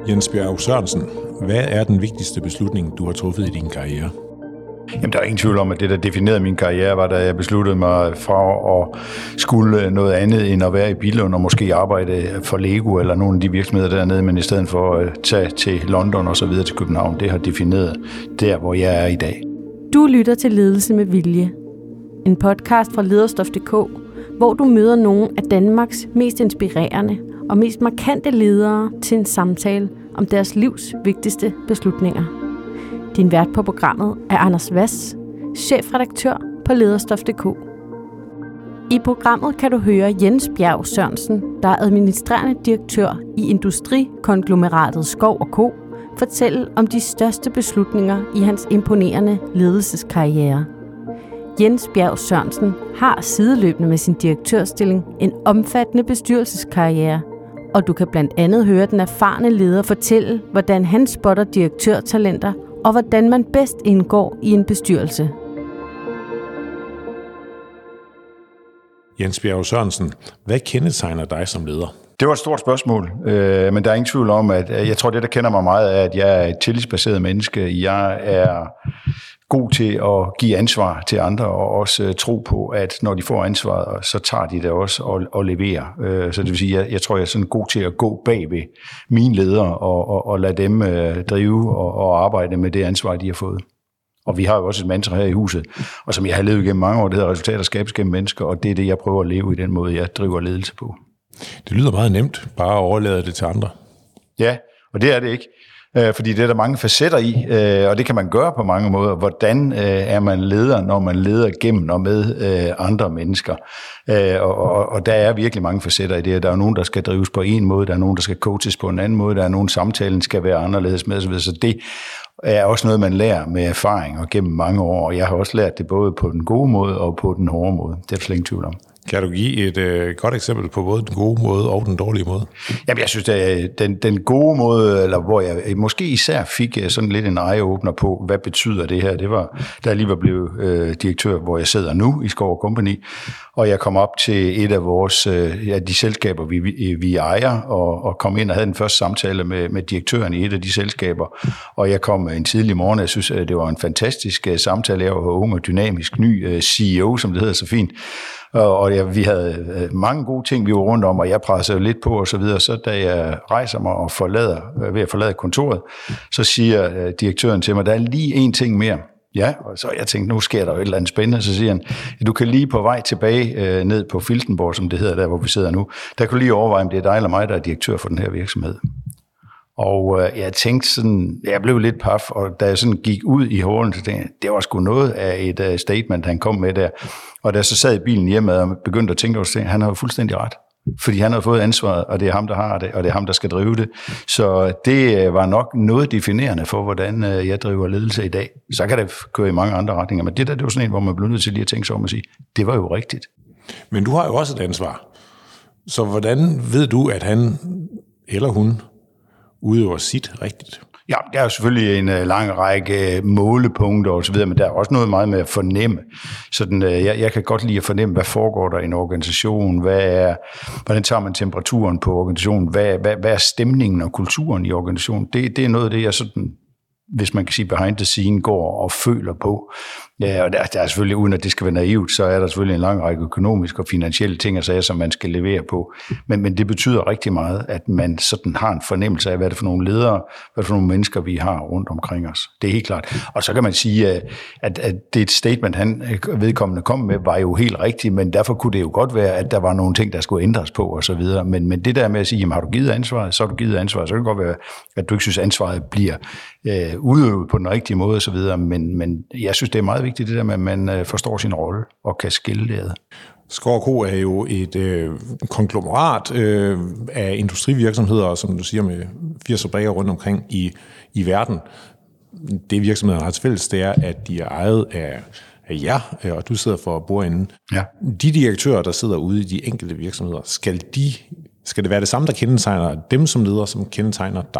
Jens Bjerg Sørensen, hvad er den vigtigste beslutning, du har truffet i din karriere? Jamen, der er ingen tvivl om, at det, der definerede min karriere, var, da jeg besluttede mig fra at skulle noget andet end at være i Billund og måske arbejde for Lego eller nogle af de virksomheder dernede, men i stedet for at tage til London og så videre til København. Det har defineret der, hvor jeg er i dag. Du lytter til Ledelse med Vilje. En podcast fra Lederstof.dk, hvor du møder nogle af Danmarks mest inspirerende og mest markante ledere til en samtale om deres livs vigtigste beslutninger. Din vært på programmet er Anders Vass, chefredaktør på Lederstof.dk. I programmet kan du høre Jens Bjerg Sørensen, der er administrerende direktør i industrikonglomeratet Skov & Co., fortælle om de største beslutninger i hans imponerende ledelseskarriere. Jens Bjerg Sørensen har sideløbende med sin direktørstilling en omfattende bestyrelseskarriere, og du kan blandt andet høre den erfarne leder fortælle, hvordan han spotter direktørtalenter, og hvordan man bedst indgår i en bestyrelse. Jens Bjerg Sørensen, hvad kendetegner dig som leder? Det var et stort spørgsmål, men der er ingen tvivl om, at jeg tror, det, der kender mig meget, er, at jeg er et tillidsbaseret menneske. Jeg er god til at give ansvar til andre, og også tro på, at når de får ansvaret, så tager de det også og leverer. Så det vil sige, jeg tror, jeg er sådan god til at gå bag ved mine ledere og lade dem drive og arbejde med det ansvar, de har fået. Og vi har jo også et mantra her i huset, og som jeg har levet gennem mange år, det hedder resultater skabes gennem mennesker, og det er det, jeg prøver at leve i den måde, jeg driver ledelse på. Det lyder meget nemt, bare at overlade det til andre. Ja, og det er det ikke. Fordi det er der mange facetter i, og det kan man gøre på mange måder. Hvordan er man leder, når man leder gennem og med andre mennesker? Og der er virkelig mange facetter i det. Der er nogen, der skal drives på en måde, der er nogen, der skal coaches på en anden måde, der er nogen, samtalen skal være anderledes med osv. Så det er også noget, man lærer med erfaring og gennem mange år. Og jeg har også lært det både på den gode måde og på den hårde måde. Det er der slet ingen tvivl om. Kan du give et godt eksempel på både den gode måde og den dårlige måde? Jamen, jeg synes, at den gode måde, eller hvor jeg måske især fik sådan lidt en eye-opener på, hvad betyder det her, det var, da jeg lige var blevet direktør, hvor jeg sidder nu i Skov & Company, og jeg kom op til et af vores, de selskaber, vi ejer, og kom ind og havde den første samtale med direktøren i et af de selskaber, og jeg kom en tidlig morgen, jeg synes, det var en fantastisk samtale, jeg var ung og dynamisk, ny CEO, som det hedder så fint, og vi havde mange gode ting, vi var rundt om, og jeg pressede lidt på og så videre. Så da jeg rejser mig og ved at forlade kontoret, så siger direktøren til mig, der er lige en ting mere. Ja, og så jeg tænkte, nu sker der jo et eller andet spændende. Så siger han, du kan lige på vej tilbage ned på Filtenborg, som det hedder der, hvor vi sidder nu, der kan du lige overveje, om det er dig eller mig, der er direktør for den her virksomhed. Og jeg tænkte sådan, jeg blev lidt paf, og da jeg sådan gik ud i hallen, så tænkte jeg, det var sgu noget af et statement, han kom med der. Og da jeg så sad i bilen hjemme og begyndte at tænke over det, han har jo fuldstændig ret. Fordi han har fået ansvaret, og det er ham, der har det, og det er ham, der skal drive det. Så det var nok noget definerende for, hvordan jeg driver ledelse i dag. Så kan det køre i mange andre retninger, men det var sådan en, hvor man blev nødt til lige at tænke sig om at sige, det var jo rigtigt. Men du har jo også et ansvar. Så hvordan ved du, at han eller hun udøver sit rigtigt? Ja, der er jo selvfølgelig en lang række målepunkter og så videre, men der er også noget meget med at fornemme. Sådan, jeg kan godt lide at fornemme, hvad foregår der i en organisation, hvordan tager man temperaturen på organisationen, hvad er stemningen og kulturen i organisationen. Det er noget af det, jeg sådan, hvis man kan sige behind the scene, går og føler på. Ja, og der er selvfølgelig, uden at det skal være naivt, så er der selvfølgelig en lang række økonomiske og finansielle ting og sager, som man skal levere på. Men det betyder rigtig meget, at man sådan har en fornemmelse af, hvad det er for nogle ledere, hvad det er for nogle mennesker, vi har rundt omkring os. Det er helt klart. Og så kan man sige, at det statement, han vedkommende kom med, var jo helt rigtigt, men derfor kunne det jo godt være, at der var nogle ting, der skulle ændres på og så videre. Men det der med at sige, jamen har du givet ansvaret, så har du givet ansvaret. Så kan det godt være, at du ikke synes, at ansvaret bliver udøvet på den rigtige måde og så videre. Men jeg synes, det er meget vigtigt, det der med, at man forstår sin rolle og kan skille det ad. Skov & Co. er jo et konglomerat af industrivirksomheder, som du siger, med 80 fabrikker rundt omkring i verden. Det virksomheden har til fælles, det er, at de er ejet af jer, og du sidder for bordenden. Ja. De direktører, der sidder ude i de enkelte virksomheder, skal det være det samme, der kendetegner dem som ledere, som kendetegner dig?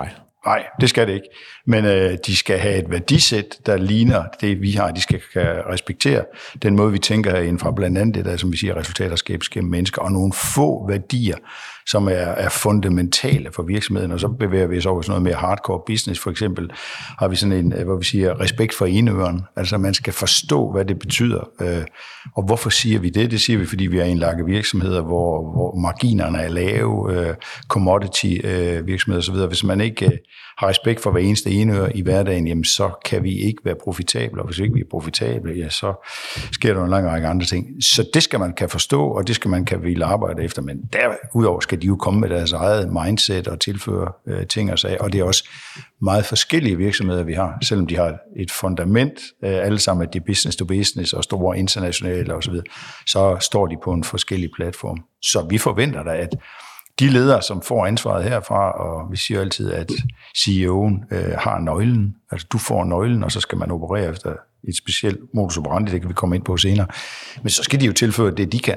Nej, det skal det ikke. Men de skal have et værdisæt, der ligner det, vi har. De skal respektere den måde, vi tænker herinde fra, blandt andet det der, som vi siger, resultater skabes gennem mennesker, og nogle få værdier, som er fundamentale for virksomheden, og så bevæger vi os over sådan noget mere hardcore business. For eksempel har vi sådan en, hvor vi siger, respekt for enøren. Altså man skal forstå, hvad det betyder. Og hvorfor siger vi det? Det siger vi, fordi vi er en lakke virksomheder, hvor marginerne er lave, commodity virksomheder osv. Hvis man ikke har respekt for hver eneste enøre i hverdagen, jamen så kan vi ikke være profitable, og hvis vi ikke er profitable, ja, så sker der en lang række andre ting. Så det skal man kan forstå, og det skal man kan ville arbejde efter, men derudover skal de jo komme med deres eget mindset og tilføre ting og sager, og det er også meget forskellige virksomheder, vi har, selvom de har et fundament, alle sammen, at de er business to business og store internationale osv., så står de på en forskellig platform. Så vi forventer da, at de ledere, som får ansvaret herfra, og vi siger altid, at CEO'en har nøglen, altså du får nøglen, og så skal man operere efter et specielt modus operandi, det kan vi komme ind på senere, men så skal de jo tilføre det, de kan.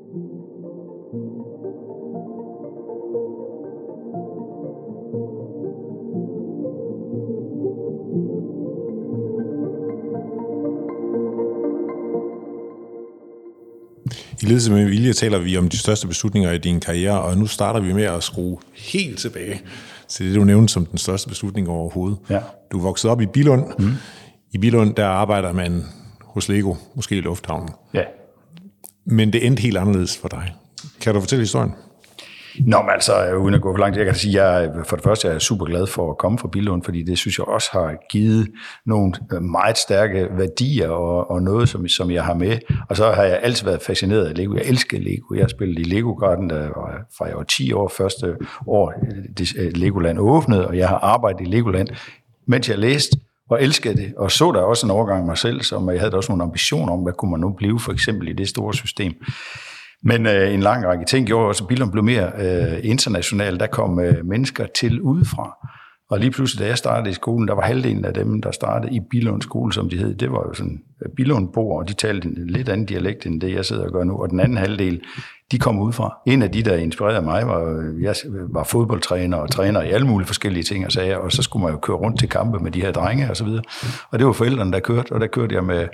I Ledelse med vilje taler vi om de største beslutninger i din karriere, og nu starter vi med at skrue helt tilbage til det, du nævnte som den største beslutning overhovedet. Ja. Du er vokset op i Billund. Mm. I Billund, der arbejder man hos Lego, måske i lufthavnen. Ja. Men det endte helt anderledes for dig. Kan du fortælle historien? Nå, men altså, uden at gå for langt, jeg kan sige, at for det første er jeg super glad for at komme fra Billund, fordi det synes jeg også har givet nogle meget stærke værdier og noget, som jeg har med. Og så har jeg altid været fascineret af Lego. Jeg elsker Lego. Jeg spillede i Lego-garden, fra jeg var 10 år, første år Legoland åbnede, og jeg har arbejdet i Legoland, mens jeg læste og elskede det, og så der også en overgang mig selv, som jeg havde også nogle ambitioner om, hvad kunne man nu blive, for eksempel i det store system. Men en lang række ting gjorde også, at Billund blev mere international. Der kom mennesker til udefra. Og lige pludselig, da jeg startede i skolen, der var halvdelen af dem, der startede i Billund skole, som de hed. Det var jo sådan Billundboer, og de talte en lidt anden dialekt, end det, jeg sidder og gør nu. Og den anden halvdel, de kom udefra. En af de, der inspirerede mig, jeg var fodboldtræner og træner i alle mulige forskellige ting og sager, og så skulle man jo køre rundt til kampe med de her drenge og så videre. Og det var forældrene, der kørte, og der kørte jeg med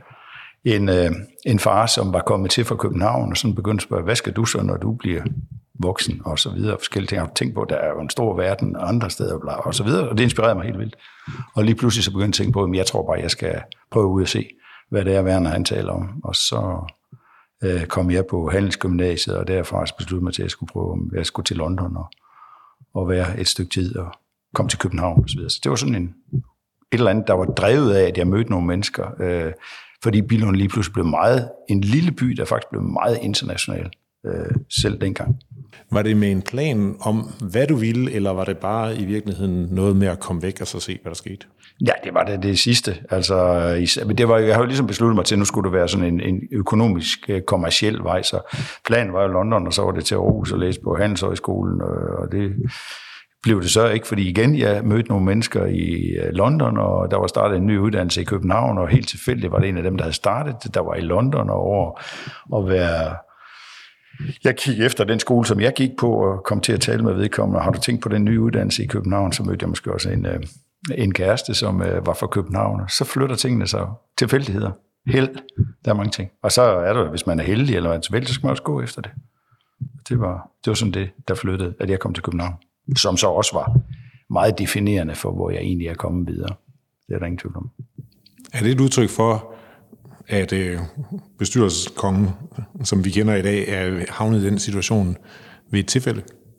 en far, som var kommet til fra København, og sådan begyndte at spørge, hvad skal du så, når du bliver voksen, og så videre, forskellige ting. Jeg har tænkt på, at der er jo en stor verden, andre steder, og så videre, og det inspirerede mig helt vildt. Og lige pludselig så begyndte jeg at tænke på, at jeg tror bare, at jeg skal prøve ud at se, hvad det er, Werner han taler om. Og så kom jeg på Handelsgymnasiet, og derfra besluttede mig til, at jeg skulle prøve, at jeg skulle til London og være et stykke tid, og komme til København og så videre. Så det var sådan et eller andet, der var drevet af, at jeg mødte nogle mennesker, fordi Billund lige pludselig blev en lille by, der faktisk blev meget international, selv dengang. Var det med en plan om, hvad du ville, eller var det bare i virkeligheden noget med at komme væk og så se, hvad der skete? Ja, det var det sidste. Altså, men jeg har jo ligesom besluttet mig til, at nu skulle det være sådan en økonomisk, kommerciel vej, så planen var jo London, og så var det til Aarhus og læse på Handelshøjskolen, og det blev det så ikke, fordi igen, jeg mødte nogle mennesker i London, og der var startet en ny uddannelse i København, og helt tilfældigt var det en af dem, der havde startet det, der var i London, og over at være... Jeg kiggede efter den skole, som jeg gik på, og kom til at tale med vedkommende. Har du tænkt på den nye uddannelse i København, så mødte jeg måske også en kæreste, som var fra København. Så flytter tingene sig. Tilfældigheder. Held. Der er mange ting. Og så er det, hvis man er heldig, eller er tilfældig, så skal man også gå efter det. Det var sådan det, der flyttede, at jeg kom til København. Som så også var meget definerende for, hvor jeg egentlig er kommet videre. Det er der ingen tvivl om. Er det et udtryk for, at bestyrelseskongen, som vi kender i dag, er havnet i den situation ved et tilfælde?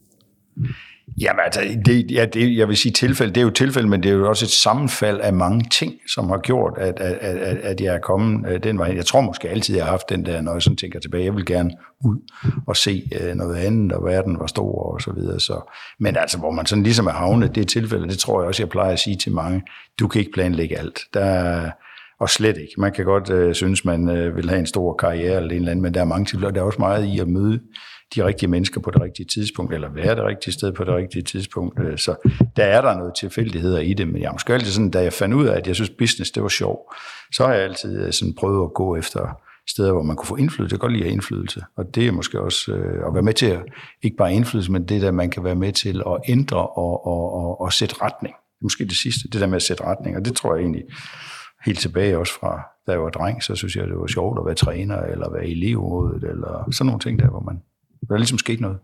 Jamen altså, jeg vil sige tilfælde, det er jo et tilfælde, men det er jo også et sammenfald af mange ting, som har gjort, at jeg er kommet den vej. Jeg tror måske altid, jeg har haft den der, når jeg sådan tænker tilbage, jeg vil gerne ud og se noget andet, og verden var stor og så videre. Så. Men altså, hvor man sådan ligesom er havnet, det er tilfælde, det tror jeg også, jeg plejer at sige til mange, du kan ikke planlægge alt. Og slet ikke. Man kan godt synes, man vil have en stor karriere eller en eller anden, men der er mange tilfælde, der er også meget i at møde de rigtige mennesker på det rigtige tidspunkt, eller være det rigtige sted på det rigtige tidspunkt. Så der er der noget tilfældigheder i det, men jeg måske altid sådan, da jeg fandt ud af, at jeg synes, business det var sjov, så har jeg altid sådan prøvet at gå efter steder, hvor man kunne få indflydelse. Jeg kan godt lide at have indflydelse, og det er måske også at være med til at, ikke bare indflydelse, men det der, man kan være med til at ændre og sætte retning. måske det sidste, det der med at sætte retning, og det tror jeg egentlig helt tilbage også fra, da jeg var dreng, så synes jeg, det var sjovt at være træner, eller være i elevrådet, eller sådan nogle ting der, hvor der ligesom skete noget.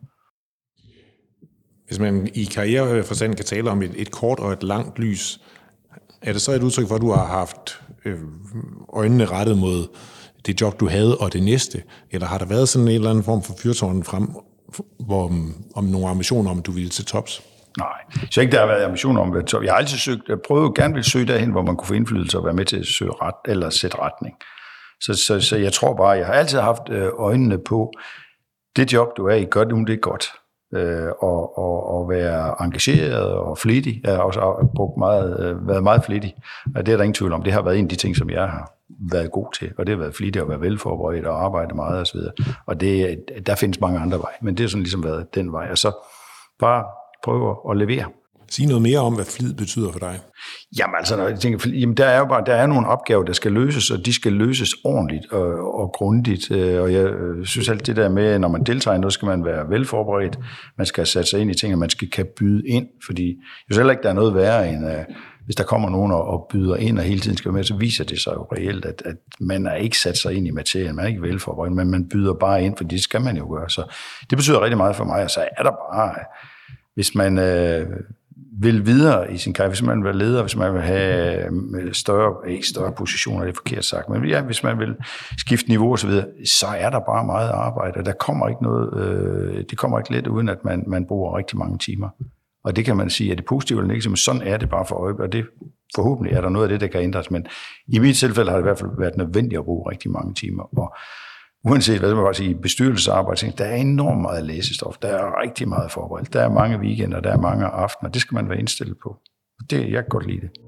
Hvis man i karriereforstand kan tale om et kort og et langt lys, er det så et udtryk for, at du har haft øjnene rettet mod det job, du havde, og det næste? Eller har der været sådan en eller anden form for fyrtårn frem, om nogle ambitioner om, at du ville til tops? Nej, så ikke der har været ambitioner om at være top. Jeg har altid gerne vil søge derhen, hvor man kunne få indflydelse og være med til at søge ret, eller sætte retning. Så jeg tror bare, jeg har altid haft øjnene på, det job, du er i, gør det er godt. Og være engageret og flittig. Jeg har også været meget flittig, og det er der ingen tvivl om. Det har været en af de ting, som jeg har været god til, og det har været flittig at være velforberedt og arbejde meget osv. Og der findes mange andre veje, men det har sådan ligesom været den vej. Og så bare prøve at levere. Sig noget mere om, hvad flid betyder for dig. Jamen altså, når jeg tænker, der er nogle opgaver, der skal løses, og de skal løses ordentligt og grundigt. Og jeg synes alt det der med, når man deltager i noget, skal man være velforberedt. Man skal sætte sig ind i ting, og man kan byde ind. Fordi jeg synes heller ikke, der er noget værre end, hvis der kommer nogen og byder ind, og hele tiden skal være med, så viser det sig jo reelt, at man er ikke sat sig ind i materien, man er ikke velforberedt, men man byder bare ind, for det skal man jo gøre. Så det betyder rigtig meget for mig, og så er der bare, hvis man vil videre i sin karriere, hvis man vil være leder, hvis man vil have større positioner, det er forkert sagt, men ja, hvis man vil skifte niveau og så videre, så er der bare meget arbejde, og der kommer ikke noget, det kommer ikke let, uden at man bruger rigtig mange timer. Og det kan man sige, at det positive eller negativt, men sådan er det bare for øjeblikket, og det forhåbentlig er der noget af det, der kan ændres, men i mit tilfælde har det i hvert fald været nødvendigt at bruge rigtig mange timer, og uanset hvad man kan sige, bestyrelsesarbejde, der er enormt meget læsestof, der er rigtig meget forberedt, der er mange weekender, der er mange aftener, det skal man være indstillet på. Jeg kan godt lide det.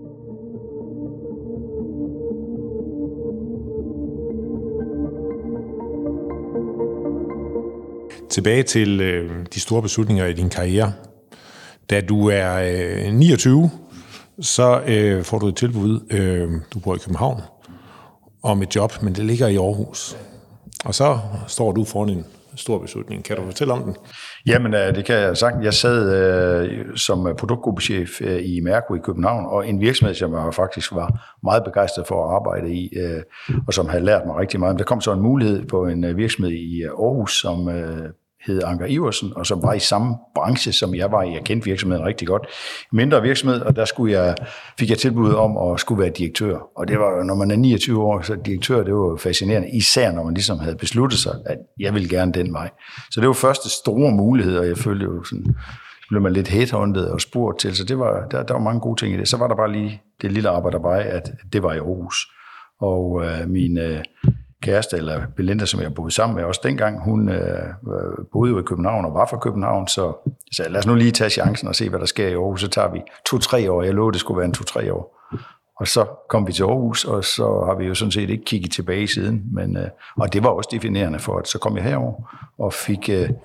Tilbage til de store beslutninger i din karriere. Da du er 29, så får du et tilbud, du bor i København, om et job, men det ligger i Aarhus. Og så står du foran en stor beslutning. Kan du fortælle om den? Jamen, det kan jeg sagt. Jeg sad som produktgruppechef i Mærko i København, og en virksomhed, som jeg faktisk var meget begejstret for at arbejde i, og som havde lært mig rigtig meget. Men der kom så en mulighed på en virksomhed i Aarhus, som hed Anker Iversen, og som var i samme branche, som jeg var i. Jeg kendte virksomheden rigtig godt. Mindre virksomhed, og der fik jeg tilbud om at skulle være direktør. Og det var, når man er 29 år, så direktør, det var fascinerende, især når man ligesom havde besluttet sig, at jeg ville gerne den vej. Så det var første store mulighed, og jeg følte jo sådan, så blev man lidt headhunted og spurgt til, så der var mange gode ting i det. Så var der bare lige det lille arbejderbej, at det var i Aarhus. Og min kæreste, eller Belinda, som jeg boede sammen med også dengang, hun boede jo i København og var fra København, så lad os nu lige tage chancen og se, hvad der sker i Aarhus. Så tager vi 2-3 år. Jeg lovede, det skulle være en 2-3 år. Og så kom vi til Aarhus, og så har vi jo sådan set ikke kigget tilbage siden. Men, og det var også definerende for, at så kom jeg herover og fik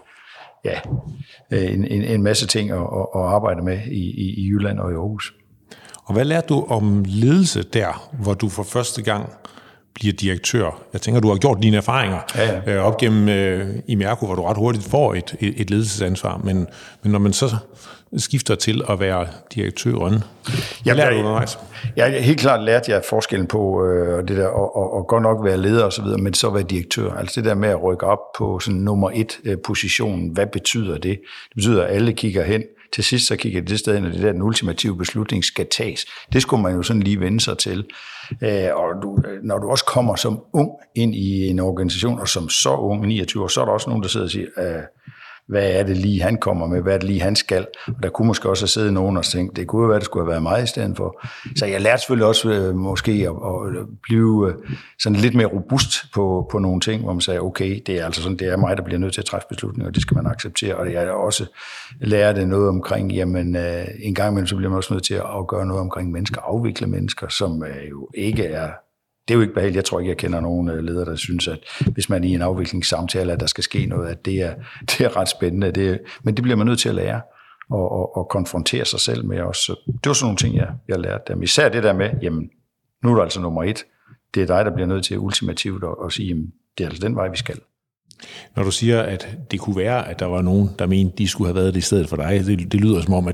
en masse ting at arbejde med i Jylland og i Aarhus. Og hvad lærte du om ledelse der, hvor du for første gang bliver direktør? Jeg tænker, du har gjort dine erfaringer op gennem i Mærko, hvor du ret hurtigt får et ledelsesansvar, men når man så skifter til at være direktøren, hvad lærer du undervejs? Jeg helt klart lærte jeg forskellen på det der og godt nok være leder og så videre, men så være direktør. Altså det der med at rykke op på sådan nummer 1 positionen, hvad betyder det? Det betyder, at alle kigger hen. Til sidst så kigger det sted, når det der den ultimative beslutning skal tages. Det skulle man jo sådan lige vende sig til. Og når du også kommer som ung ind i en organisation, og som så ung, 29 år, så er der også nogen, der sidder og siger, hvad er det lige, han kommer med, hvad er det lige, han skal. Og der kunne måske også have siddet nogen og tænkt, det kunne jo være, det skulle have været mig i stedet for. Så jeg lærte selvfølgelig også måske at blive sådan lidt mere robust på nogle ting, hvor man sagde, okay, det er altså sådan, det er mig, der bliver nødt til at træffe beslutninger, og det skal man acceptere. Og jeg også lærte noget omkring, jamen en gang imellem, så bliver man også nødt til at gøre noget omkring mennesker, afvikle mennesker, som jo ikke er. Det er jo ikke behageligt. Jeg tror ikke, jeg kender nogen ledere, der synes, at hvis man i en afviklingssamtale, at der skal ske noget, at det er ret spændende. Men det bliver man nødt til at lære og konfrontere sig selv med også. Det var sådan nogle ting, jeg lærte dem. Især det der med, jamen, nu er du altså nummer 1. Det er dig, der bliver nødt til ultimativt at sige, jamen, det er altså den vej, vi skal. Når du siger, at det kunne være, at der var nogen, der mente, de skulle have været det i stedet for dig, det lyder som om, at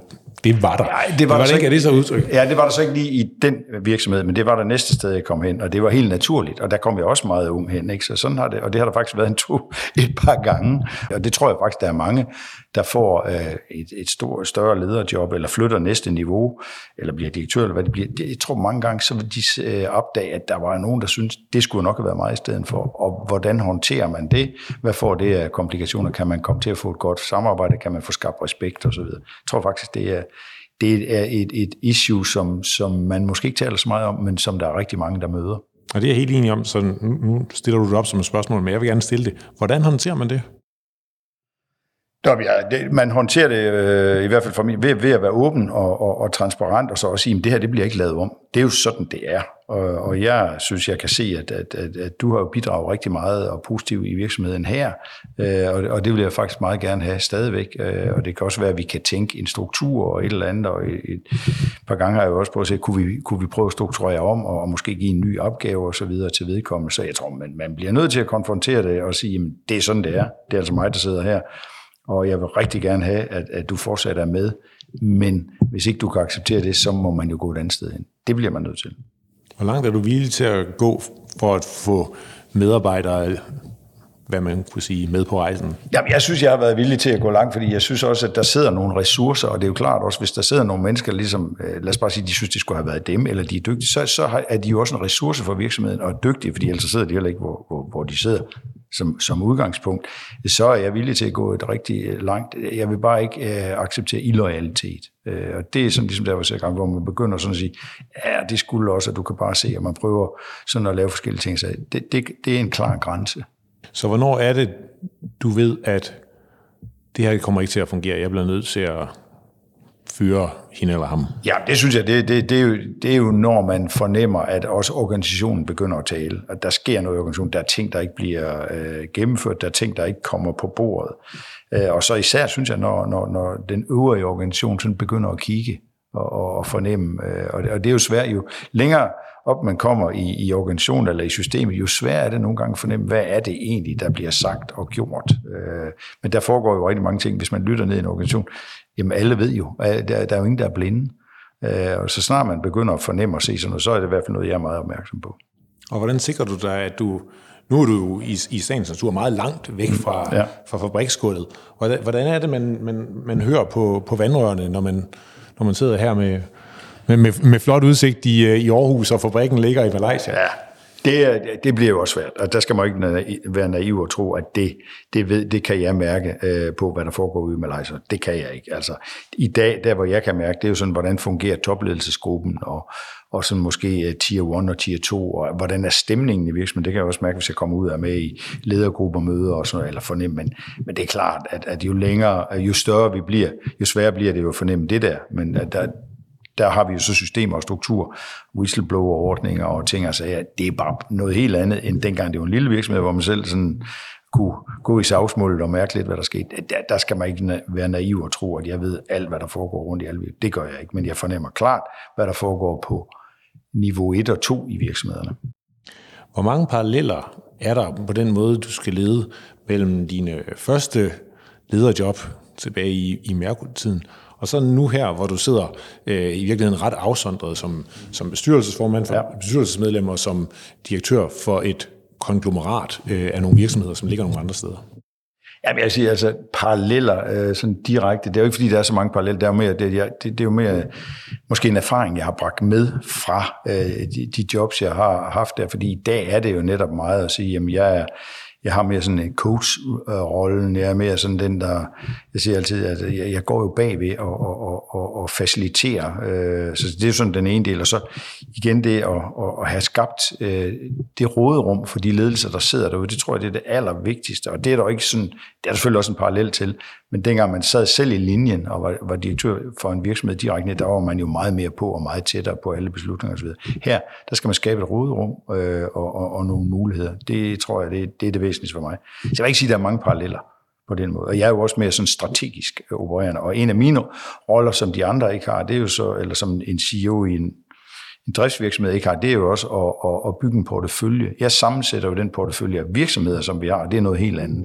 Det var der. Ja, det var der ikke, er det så udtryk? Ja, det var der så ikke lige i den virksomhed, men det var der næste sted, jeg kom hen, og det var helt naturligt, og der kom jeg også meget ung hen, ikke? Så sådan har det, og det har der faktisk været et par gange, og det tror jeg faktisk, der er mange, der får et større lederjob, eller flytter næste niveau, eller bliver direktør, eller hvad det bliver. Jeg tror mange gange, så vil de opdage, at der var nogen, der synes, det skulle nok have været mig i stedet for, og hvordan håndterer man det? Hvad får det af komplikationer? Kan man komme til at få et godt samarbejde? Kan man få skabt respekt osv.? Jeg tror faktisk, det er et issue, som man måske ikke taler så meget om, men som der er rigtig mange, der møder. Og det er jeg helt enig om, så nu stiller du det op som et spørgsmål, men jeg vil gerne stille det. Hvordan håndterer man det? Man håndterer det i hvert fald for mig ved at være åben og transparent, og så også sige, at det her det bliver ikke lavet om. Det er jo sådan, det er. Og jeg synes, jeg kan se, at du har jo bidraget rigtig meget og positivt i virksomheden her, og det vil jeg faktisk meget gerne have stadigvæk. Og det kan også være, at vi kan tænke en struktur og et eller andet, og et par gange har jeg jo også prøvet at se, kunne vi prøve at strukturere om, og måske give en ny opgave og så videre til vedkommende. Så jeg tror, man bliver nødt til at konfrontere det og sige, at det er sådan, det er. Det er altså mig, der sidder her. Og jeg vil rigtig gerne have, at du fortsat er med, men hvis ikke du kan acceptere det, så må man jo gå et andet sted hen. Det bliver man nødt til. Hvor langt er du villig til at gå for at få medarbejdere, hvad man kunne sige, med på rejsen? Jamen, jeg synes, jeg har været villig til at gå langt, fordi jeg synes også, at der sidder nogle ressourcer, og det er jo klart også, hvis der sidder nogle mennesker, ligesom, lad os bare sige, de synes, det skulle have været dem, eller de er dygtige, så er de jo også en ressource for virksomheden, og er dygtige, fordi ellers sidder de heller ikke, hvor de sidder som udgangspunkt. Så er jeg villig til at gå et rigtig langt. Jeg vil bare ikke acceptere illoyalitet. Og det er sådan ligesom der, hvor man begynder sådan at sige, ja, det skulle også, at du kan bare se, at man prøver sådan at lave forskellige ting. Så det er en klar grænse. Så hvornår er det, du ved, at det her kommer ikke til at fungere? Jeg bliver nødt til at fyre hende eller ham. Ja, det synes jeg, det er jo når man fornemmer, at også organisationen begynder at tale. At der sker noget i organisationen. Der er ting, der ikke bliver gennemført. Der er ting, der ikke kommer på bordet. Og så især synes jeg, når den øvrige organisation sådan begynder at kigge og fornemme. Og det er jo svært. Jo længere op man kommer i organisationen eller i systemet, jo sværere er det nogle gange at fornemme, hvad er det egentlig, der bliver sagt og gjort. Men der foregår jo rigtig mange ting, hvis man lytter ned i en organisation. Jamen alle ved jo, der er jo ingen, der er blinde. Og så snart man begynder at fornemme og se sådan noget, så er det i hvert fald noget, jeg er meget opmærksom på. Og hvordan sikrer du dig, at nu er du jo i sagens natur meget langt væk fra fabriksgulvet. Hvordan er det, man hører på vandrørene, når man sidder her med flot udsigt i Aarhus, og fabrikken ligger i Malaysia? Ja. Det bliver jo også svært, og der skal man ikke være naiv og tro, at det kan jeg mærke på, hvad der foregår ude i Malaysia. Det kan jeg ikke. Altså, i dag, der hvor jeg kan mærke, det er jo sådan, hvordan fungerer topledelsesgruppen, og sådan måske tier 1 og tier 2, og hvordan er stemningen i virksomheden. Det kan jeg også mærke, hvis jeg kommer ud og er med i ledergrupper, møder og sådan noget, eller fornemme. Men det er klart, at jo længere, jo større vi bliver, jo sværere bliver det jo at fornemme det der. Men der har vi jo så systemer og struktur, whistleblower-ordninger og ting, altså ja, det er bare noget helt andet, end dengang det var en lille virksomhed, hvor man selv sådan kunne gå i sagsmålet og mærke lidt, hvad der skete. Der skal man ikke være naiv og tro, at jeg ved alt, hvad der foregår rundt i alle virksomheder. Det gør jeg ikke, men jeg fornemmer klart, hvad der foregår på niveau 1 og 2 i virksomhederne. Hvor mange paralleller er der på den måde, du skal lede mellem dine første lederjob tilbage i Merkur-tiden, og så nu her, hvor du sidder i virkeligheden ret afsondret som bestyrelsesformand for bestyrelsesmedlem og som direktør for et konglomerat af nogle virksomheder, som ligger nogle andre steder? Ja, men jeg siger altså paralleller sådan direkte. Det er jo ikke fordi, der er så mange paralleller. Det er jo mere, det er jo mere måske en erfaring, jeg har bragt med fra de jobs, jeg har haft der. Fordi i dag er det jo netop meget at sige, jamen jeg har mere sådan en coach-rollen, jeg er mere sådan den, der, jeg siger altid, at jeg går jo bagved og faciliterer, så det er jo sådan den ene del, og så igen det at have skabt det råderum for de ledelser, der sidder derude, det tror jeg, det er det allervigtigste, og det er der ikke sådan, det er der selvfølgelig også en parallel til, men dengang man sad selv i linjen og var direktør for en virksomhed direkte, der var man jo meget mere på og meget tættere på alle beslutninger osv. Her, der skal man skabe et råderum og nogle muligheder. Det tror jeg, det er det væsentligste for mig. Så jeg vil ikke sige, at der er mange paralleller på den måde. Og jeg er jo også mere sådan strategisk opererende. Og en af mine roller, som de andre ikke har, det er jo så, eller som en CEO i en driftsvirksomhed ikke har, det er jo også at bygge en portefølje. Jeg sammensætter jo den portefølje af virksomheder, som vi har, og det er noget helt andet.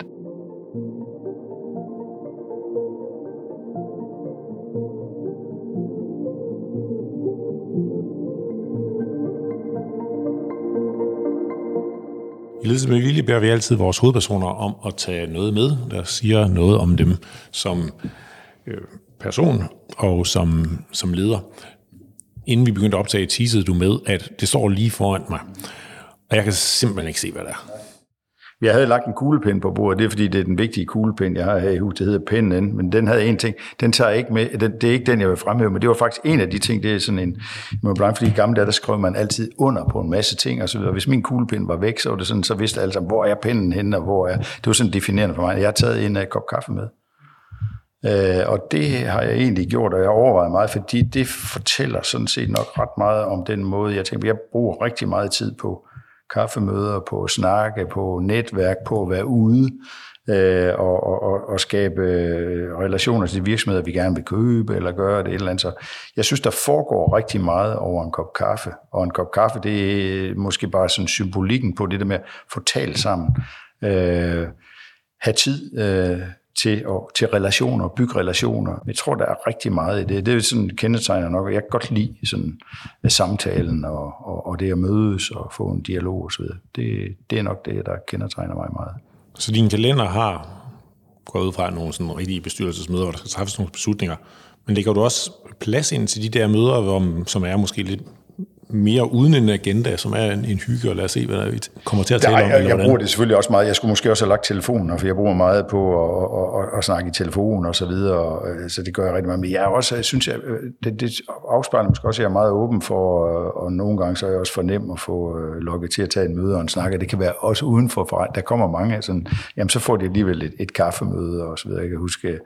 Ledelse med vilje beder vi altid vores hovedpersoner om at tage noget med, der siger noget om dem som person og som leder. Inden vi begyndte at optage, teasede du med, at det står lige foran mig. Og jeg kan simpelthen ikke se, hvad det er. Jeg havde lagt en kuglepen på bordet, det er fordi, det er den vigtige kuglepen, jeg har her i huset, det hedder pennen, men den havde en ting, den tager jeg ikke med, det er ikke den, jeg vil fremhæve, men det var faktisk en af de ting, det er sådan en, fordi i gamle dage, der skrev man altid under på en masse ting, og så videre. Hvis min kuglepen var væk, så var det sådan, så vidste alle sammen, hvor er pennen henne, og hvor er, det var sådan definerende for mig. Jeg har taget en kop kaffe med. Og det har jeg egentlig gjort, og jeg overvejer meget, fordi det fortæller sådan set nok ret meget om den måde, jeg tænker, jeg bruger rigtig meget tid på kaffemøder, på at snakke, på netværk, på at være ude og skabe relationer til de virksomheder, vi gerne vil købe eller gøre det et eller andet. Så jeg synes, der foregår rigtig meget over en kop kaffe, og en kop kaffe, det er måske bare sådan symbolikken på det der med at få talt sammen, have tid til relationer, bygge relationer. Jeg tror, der er rigtig meget i det. Det er sådan kendetegner nok, og jeg kan godt lide sådan samtalen og det at mødes og få en dialog og så videre. Det er nok det, der kendetegner mig meget. Så din kalender har gået ud fra nogle sådan rigtige bestyrelsesmøder, hvor der skal træffes nogle beslutninger, men lægger du også plads ind til de der møder, som er måske lidt mere uden en agenda, som er en hygge, og lad os se, hvad vi kommer til at tale om. Jeg bruger det selvfølgelig også meget. Jeg skulle måske også have lagt telefonen, for jeg bruger meget på at snakke i telefon og så videre, så det gør jeg rigtig meget. Men jeg er også, synes jeg, det afspejler måske også, at jeg er meget åben for, og nogle gange så er jeg også fornem at få lukket til at tage et møde og en snak, det kan være også udenfor, for der kommer mange sådan, jamen så får de alligevel et kaffemøde og så videre. Jeg kan huske,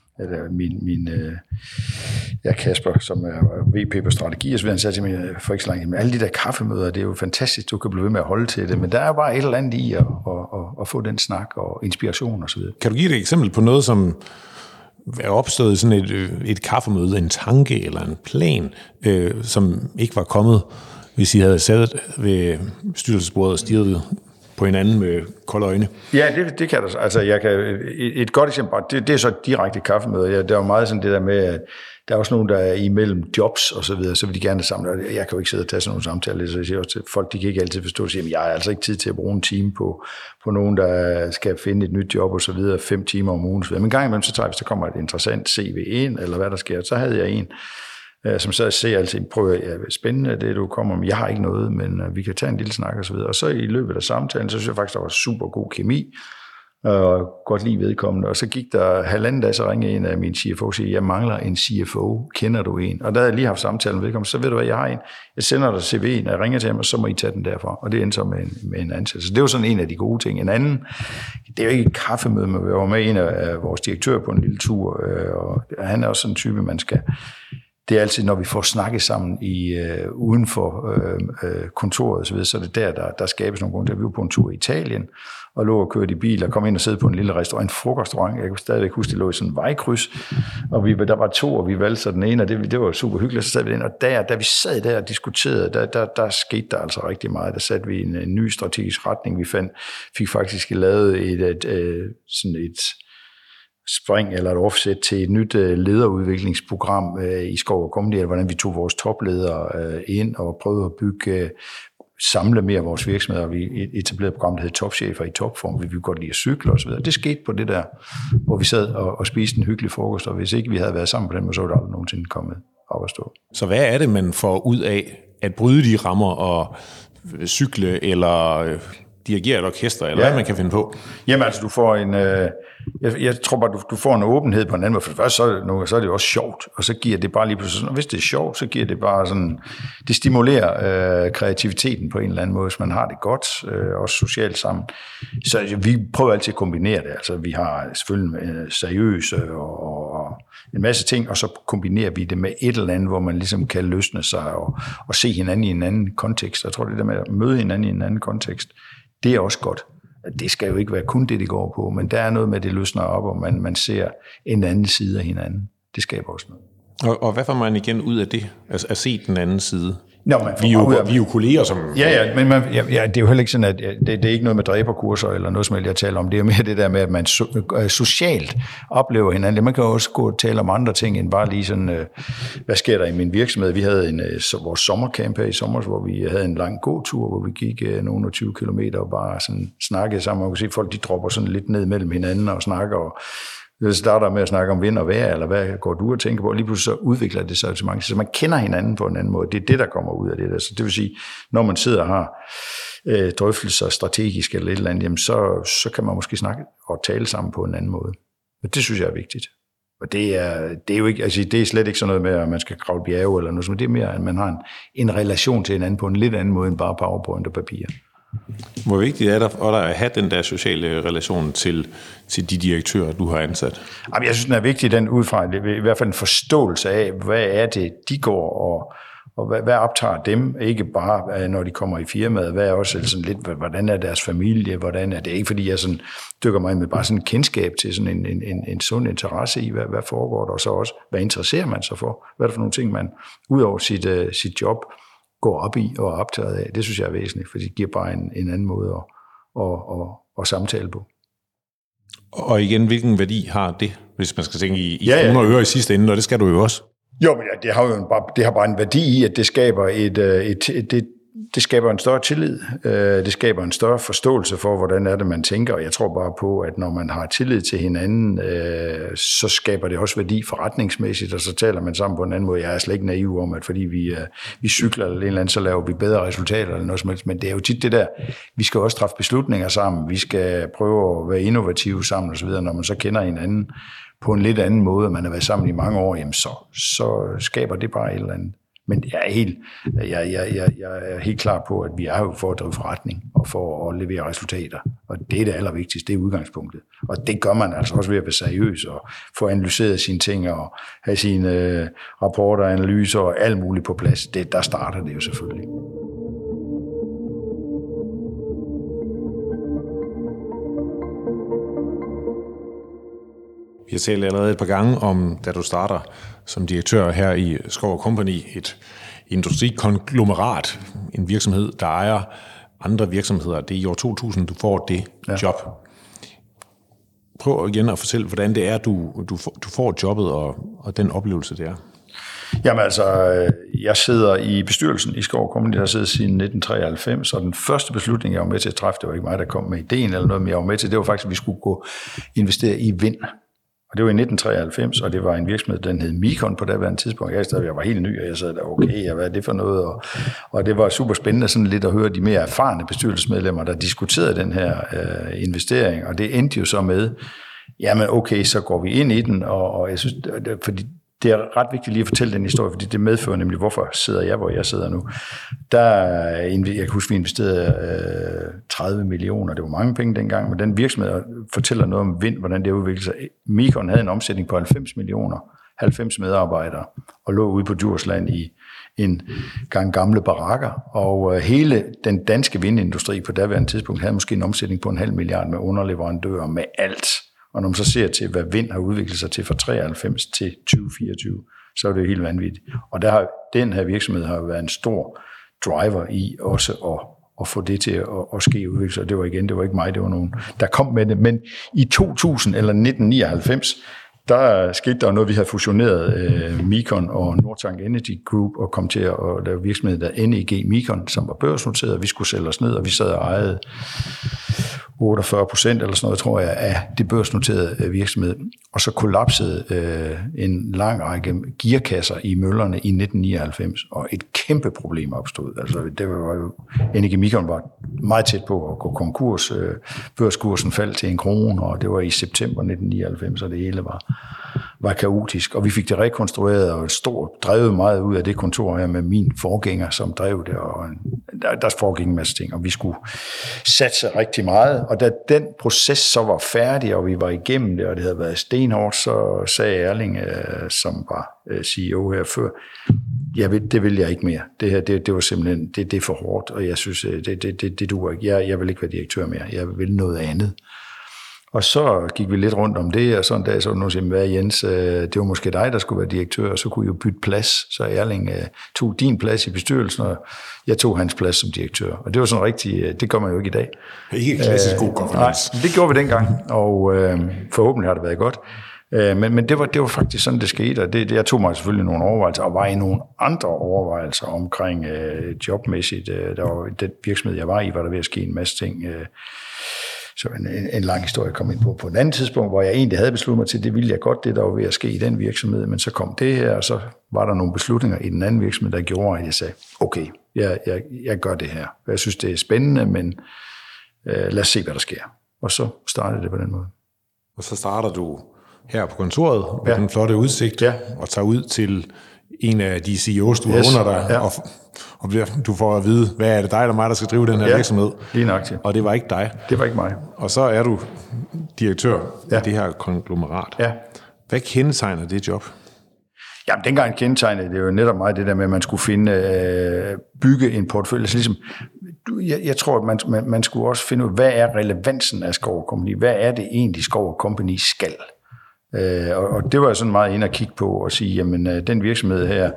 Kasper, som er VP på strategi, og så videre, han sagde til mig for ikke så langt, alle de der kaffemøder, det er jo fantastisk, du kan blive ved med at holde til det, men der er bare et eller andet i at få den snak og inspiration og så videre. Kan du give et eksempel på noget, som er opstået i sådan et kaffemøde, en tanke eller en plan, som ikke var kommet, hvis I havde siddet ved styrelsesbordet og stirret på hinanden med kolde øjne? Ja, det kan der. Altså, et godt eksempel, det er så direkte kaffemøder. Der er jo meget sådan det der med, at der er også nogen, der er imellem jobs og så videre, så vil de gerne samle. Jeg kan jo ikke sidde og tage sådan nogle samtaler, så jeg siger også til folk, de kan ikke altid forstå, at jeg har altså ikke tid til at bruge en time på nogen, der skal finde et nyt job og så videre, 5 timer om ugen. Men en gang imellem, så tager jeg, hvis der kommer et interessant CV ind, eller hvad der sker, så havde jeg en, som så ser altid, prøver jeg, spændende det du kommer med, jeg har ikke noget, men vi kan tage en lille snak og så videre. Og så i løbet af samtalen, så synes jeg faktisk, der var super god kemi, og godt lige vedkommende. Og så gik der 1,5 dag, så ringede en af mine CFO og siger, jeg mangler en CFO, kender du en? Og der havde jeg lige haft samtalen med vedkommende, så ved du hvad, jeg har en, jeg sender dig CV'en, og jeg ringer til ham, og så må I tage den derfra. Og det endte så med en ansættelse. Så det var sådan en af de gode ting. En anden, det er jo ikke et kaffemøde, men vi var med en af vores direktør på en lille tur, og han er også sådan en type, man skal. Det er altid, når vi får snakket sammen uden for kontoret, så er det der skabes nogle grunde. Vi var på en tur i Italien, og lå og kørte i bil, og kom ind og sidde på en lille restaurant, en frokostdrang. Jeg kunne stadigvæk huske, det lå i sådan en vejkryds, og der var 2, og vi valgte så den ene, og det var super hyggeligt, så sad vi den, og da vi sad der og diskuterede, der skete der altså rigtig meget. Der satte vi en ny strategisk retning, vi fik faktisk lavet sådan et spring eller et offset til et nyt lederudviklingsprogram i Skov & Company, hvordan vi tog vores topledere ind og prøvede at samle mere af vores virksomheder. Vi etablerede et program, der hed Topchefer i topform. Vi ville godt lide at cykle og så videre. Det skete på det der, hvor vi sad og spiste en hyggelig frokost, og hvis ikke vi havde været sammen på den måde, så var det aldrig nogensinde kommet op at stå. Så hvad er det, man får ud af at bryde de rammer og cykle eller dirigere et orkester, eller hvad man kan finde på? Jamen altså, du får en... Jeg tror bare, du får en åbenhed på en anden måde. For det første, så er det jo også sjovt, og så giver det bare lige pludselig... Hvis det er sjovt, så giver det bare sådan... Det stimulerer kreativiteten på en eller anden måde, hvis man har det godt, også socialt sammen. Så vi prøver altid at kombinere det. Altså, vi har selvfølgelig seriøse og en masse ting, og så kombinerer vi det med et eller andet, hvor man ligesom kan løsne sig og se hinanden i en anden kontekst. Jeg tror, det der med at møde hinanden i en anden kontekst, det er også godt. Det skal jo ikke være kun det går på, men der er noget med, det løsner op, og man ser en anden side af hinanden. Det skaber også noget. Og hvad får man igen ud af det, altså at se den anden side? Vi er jo kolleger, som... Ja, men det er jo heller ikke sådan, at det er ikke noget med dræberkurser eller noget som helst, jeg taler om. Det er mere det der med, at man socialt oplever hinanden. Man kan også gå og tale om andre ting, end bare lige sådan, hvad sker der i min virksomhed? Vi havde vores sommercamp her i sommer, hvor vi havde en lang gåtur, hvor vi gik nogle 20 kilometer og bare sådan snakkede sammen. Man kan se, folk de dropper sådan lidt ned mellem hinanden og snakker, og det starter med at snakke om vind og vejr, eller hvad går du og tænker på, og lige pludselig så udvikler det sig til mange. Så man kender hinanden på en anden måde. Det er det, der kommer ud af det der. Så det vil sige, når man sidder og har drøftelser strategisk eller et eller andet, jamen så kan man måske snakke og tale sammen på en anden måde. Og det synes jeg er vigtigt. Og det er jo ikke, altså det er slet ikke sådan noget med, at man skal kravle bjerge eller noget, men det er mere, at man har en relation til hinanden på en lidt anden måde end bare PowerPoint og papir. Hvor vigtigt er der at have den der sociale relation til de direktører, du har ansat? Jeg synes, den er vigtig, den ud fra i hvert fald en forståelse af, hvad er det, de går og hvad optager dem, ikke bare når de kommer i firmaet, hvad er også sådan lidt, hvordan er deres familie, hvordan er det, ikke fordi jeg sådan dykker mig med bare sådan en kendskab til sådan en sund interesse i, hvad foregår der, og så også, hvad interesserer man sig for, hvad er det for nogle ting, man ud over sit job går op i og er optaget af. Det synes jeg er væsentligt, for det giver bare en anden måde at samtale på. Og igen, hvilken værdi har det, hvis man skal tænke i kroner og øre i sidste ende, og det skal du jo også? Jo, men det har bare en værdi i, at det skaber det skaber en større tillid. Det skaber en større forståelse for, hvordan er det, man tænker. Og jeg tror bare på, at når man har tillid til hinanden, så skaber det også værdi forretningsmæssigt, og så taler man sammen på en anden måde. Jeg er slet ikke naiv om, at fordi vi cykler eller en eller anden, så laver vi bedre resultater eller noget som helst. Men det er jo tit det der, vi skal også træffe beslutninger sammen. Vi skal prøve at være innovative sammen osv., når man så kender hinanden på en lidt anden måde, og man har været sammen i mange år, jamen så skaber det bare et eller andet. Men jeg er helt klar på, at vi er jo for at drive forretning og for at levere resultater. Og det er det allervigtigste, det er udgangspunktet. Og det gør man altså også ved at være seriøs og få analyseret sine ting og have sine rapporter, analyser og alt muligt på plads. Der starter det jo selvfølgelig. Vi har talt allerede et par gange om, da du starter som direktør her i Schouw & Company, et industrikonglomerat, en virksomhed, der ejer andre virksomheder. Det er i år 2000, du får det job. Prøv igen at fortælle, hvordan det er, du får jobbet og den oplevelse, det er. Jamen altså, jeg sidder i bestyrelsen i Schouw & Company, der har siddet siden 1993, og den første beslutning, jeg var med til at træffe, det var ikke mig, der kom med ideen eller noget, men jeg var med til, det var faktisk, at vi skulle gå investere i vind. Og det var i 1993, og det var en virksomhed, den hed Mikon på daværende tidspunkt. Jeg var helt ny, og jeg sad der, okay, hvad er det for noget? Og det var super spændende sådan lidt at høre de mere erfarne bestyrelsesmedlemmer, der diskuterede den her investering, og det endte jo så med, jamen okay, så går vi ind i den, og jeg synes, fordi det er ret vigtigt lige at fortælle den historie, fordi det medfører nemlig, hvorfor sidder jeg, hvor jeg sidder nu. Jeg kan huske, vi investerede 30 millioner, det var mange penge dengang, men den virksomhed fortæller noget om vind, hvordan det udvikler sig. Mikon havde en omsætning på 90 millioner, 90 medarbejdere, og lå ude på Djursland i en gang gamle barakker, og hele den danske vindindustri på daværende tidspunkt havde måske en omsætning på 0,5 milliard med underleverandører, med alt. Og når man så ser til, hvad vind har udviklet sig til fra 93 til 2024, så er det jo helt vanvittigt. Og den her virksomhed har været en stor driver i også at få det til at ske udvikle sig. Det var ikke mig, det var nogen, der kom med det. Men i 2000 eller 1999, der skete der noget, vi havde fusioneret Mikon og Nordtank Energy Group og kom til at lave virksomhed, der NEG Mikon, som var børsnoteret, vi skulle sælge os ned, og vi sad og ejede 48% eller sådan noget, tror jeg, af det børsnoterede virksomhed. Og så kollapsede en lang række gearkasser i møllerne i 1999, og et kæmpe problem opstod. Altså, det var jo, NEG Mikon var meget tæt på at gå konkurs. Børskursen faldt til 1 krone, og det var i september 1999, og det hele var kaotisk. Og vi fik det rekonstrueret, og drevet meget ud af det kontor her med min forgænger, som drev det, og der foregik en masse ting, og vi skulle satse rigtig meget. Og da den proces så var færdig, og vi var igennem det, og det havde været stenhårdt, så sagde Erling, som var CEO her før, det vil jeg ikke mere. Det her, det var simpelthen, det er for hårdt, og jeg synes, det duer ikke. Jeg vil ikke være direktør mere. Jeg vil noget andet. Og så gik vi lidt rundt om det, og sådan en dag så var nogen siger, hvad Jens, det var måske dig, der skulle være direktør, og så kunne I jo bytte plads. Så Erling tog din plads i bestyrelsen, og jeg tog hans plads som direktør. Og det var sådan rigtigt, det gør man jo ikke i dag. Ikke klassisk god konference. Nej, det gjorde vi dengang, og forhåbentlig har det været godt. Men det var faktisk sådan, det skete, og jeg tog mig selvfølgelig nogle overvejelser, og var i nogle andre overvejelser omkring jobmæssigt. Der var den virksomhed, jeg var i, var der ved at ske en masse ting. Så en lang historie kom ind på et andet tidspunkt, hvor jeg egentlig havde besluttet mig til, det ville jeg godt, det der var ved at ske i den virksomhed, men så kom det her, og så var der nogle beslutninger i den anden virksomhed, der gjorde, at jeg sagde, okay, jeg gør det her. Jeg synes, det er spændende, men lad os se, hvad der sker. Og så startede det på den måde. Og så starter du her på kontoret med den flotte udsigt, og tager ud til en af de CEOs, du har under dig, og du får at vide, hvad er det dig eller mig, der skal drive den her virksomhed. Lige nøjagtigt. Og det var ikke dig. Det var ikke mig. Og så er du direktør i det her konglomerat. Ja. Hvad kendetegner det job? Jamen, dengang kendetegnede det jo netop meget det der med, at man skulle bygge en portefølje. Altså, ligesom, jeg tror, at man skulle også finde ud af, hvad er relevansen af Schouw & Company? Hvad er det egentlig, Schouw & Company skal? Og det var jeg sådan meget inde at kigge på og sige, jamen den virksomhed her,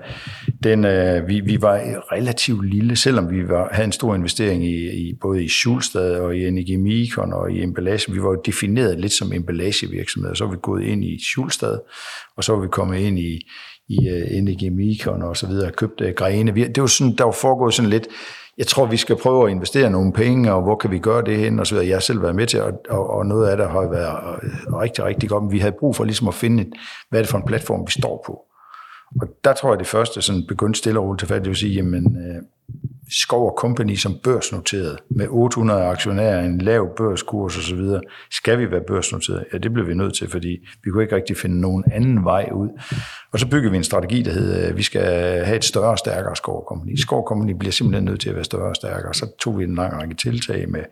vi var relativt lille, selvom vi havde en stor investering i både i Schulstad og i Energi Mikon og i emballage. Vi var jo defineret lidt som emballagevirksomhed, og så var vi gået ind i Schulstad, og så var vi kommet ind i Energi Mikon og så videre, købt grene. Det var sådan, der var foregået sådan lidt, jeg tror, vi skal prøve at investere nogle penge, og hvor kan vi gøre det hen, og så videre. Jeg har selv været med til, og noget af det har været rigtig, rigtig godt, men vi havde brug for ligesom at finde, hvad er det for en platform, vi står på. Og der tror jeg, det første sådan begyndte stille og roligt til fat, det vil sige, jamen, Schouw & Company som børsnoteret, med 800 aktionærer, en lav børskurs og så videre, skal vi være børsnoteret? Ja, det blev vi nødt til, fordi vi kunne ikke rigtig finde nogen anden vej ud. Og så byggede vi en strategi, der hed, vi skal have et større og stærkere Schouw & Company. Schouw & Company bliver simpelthen nødt til at være større og stærkere. Så tog vi en lang række tiltag med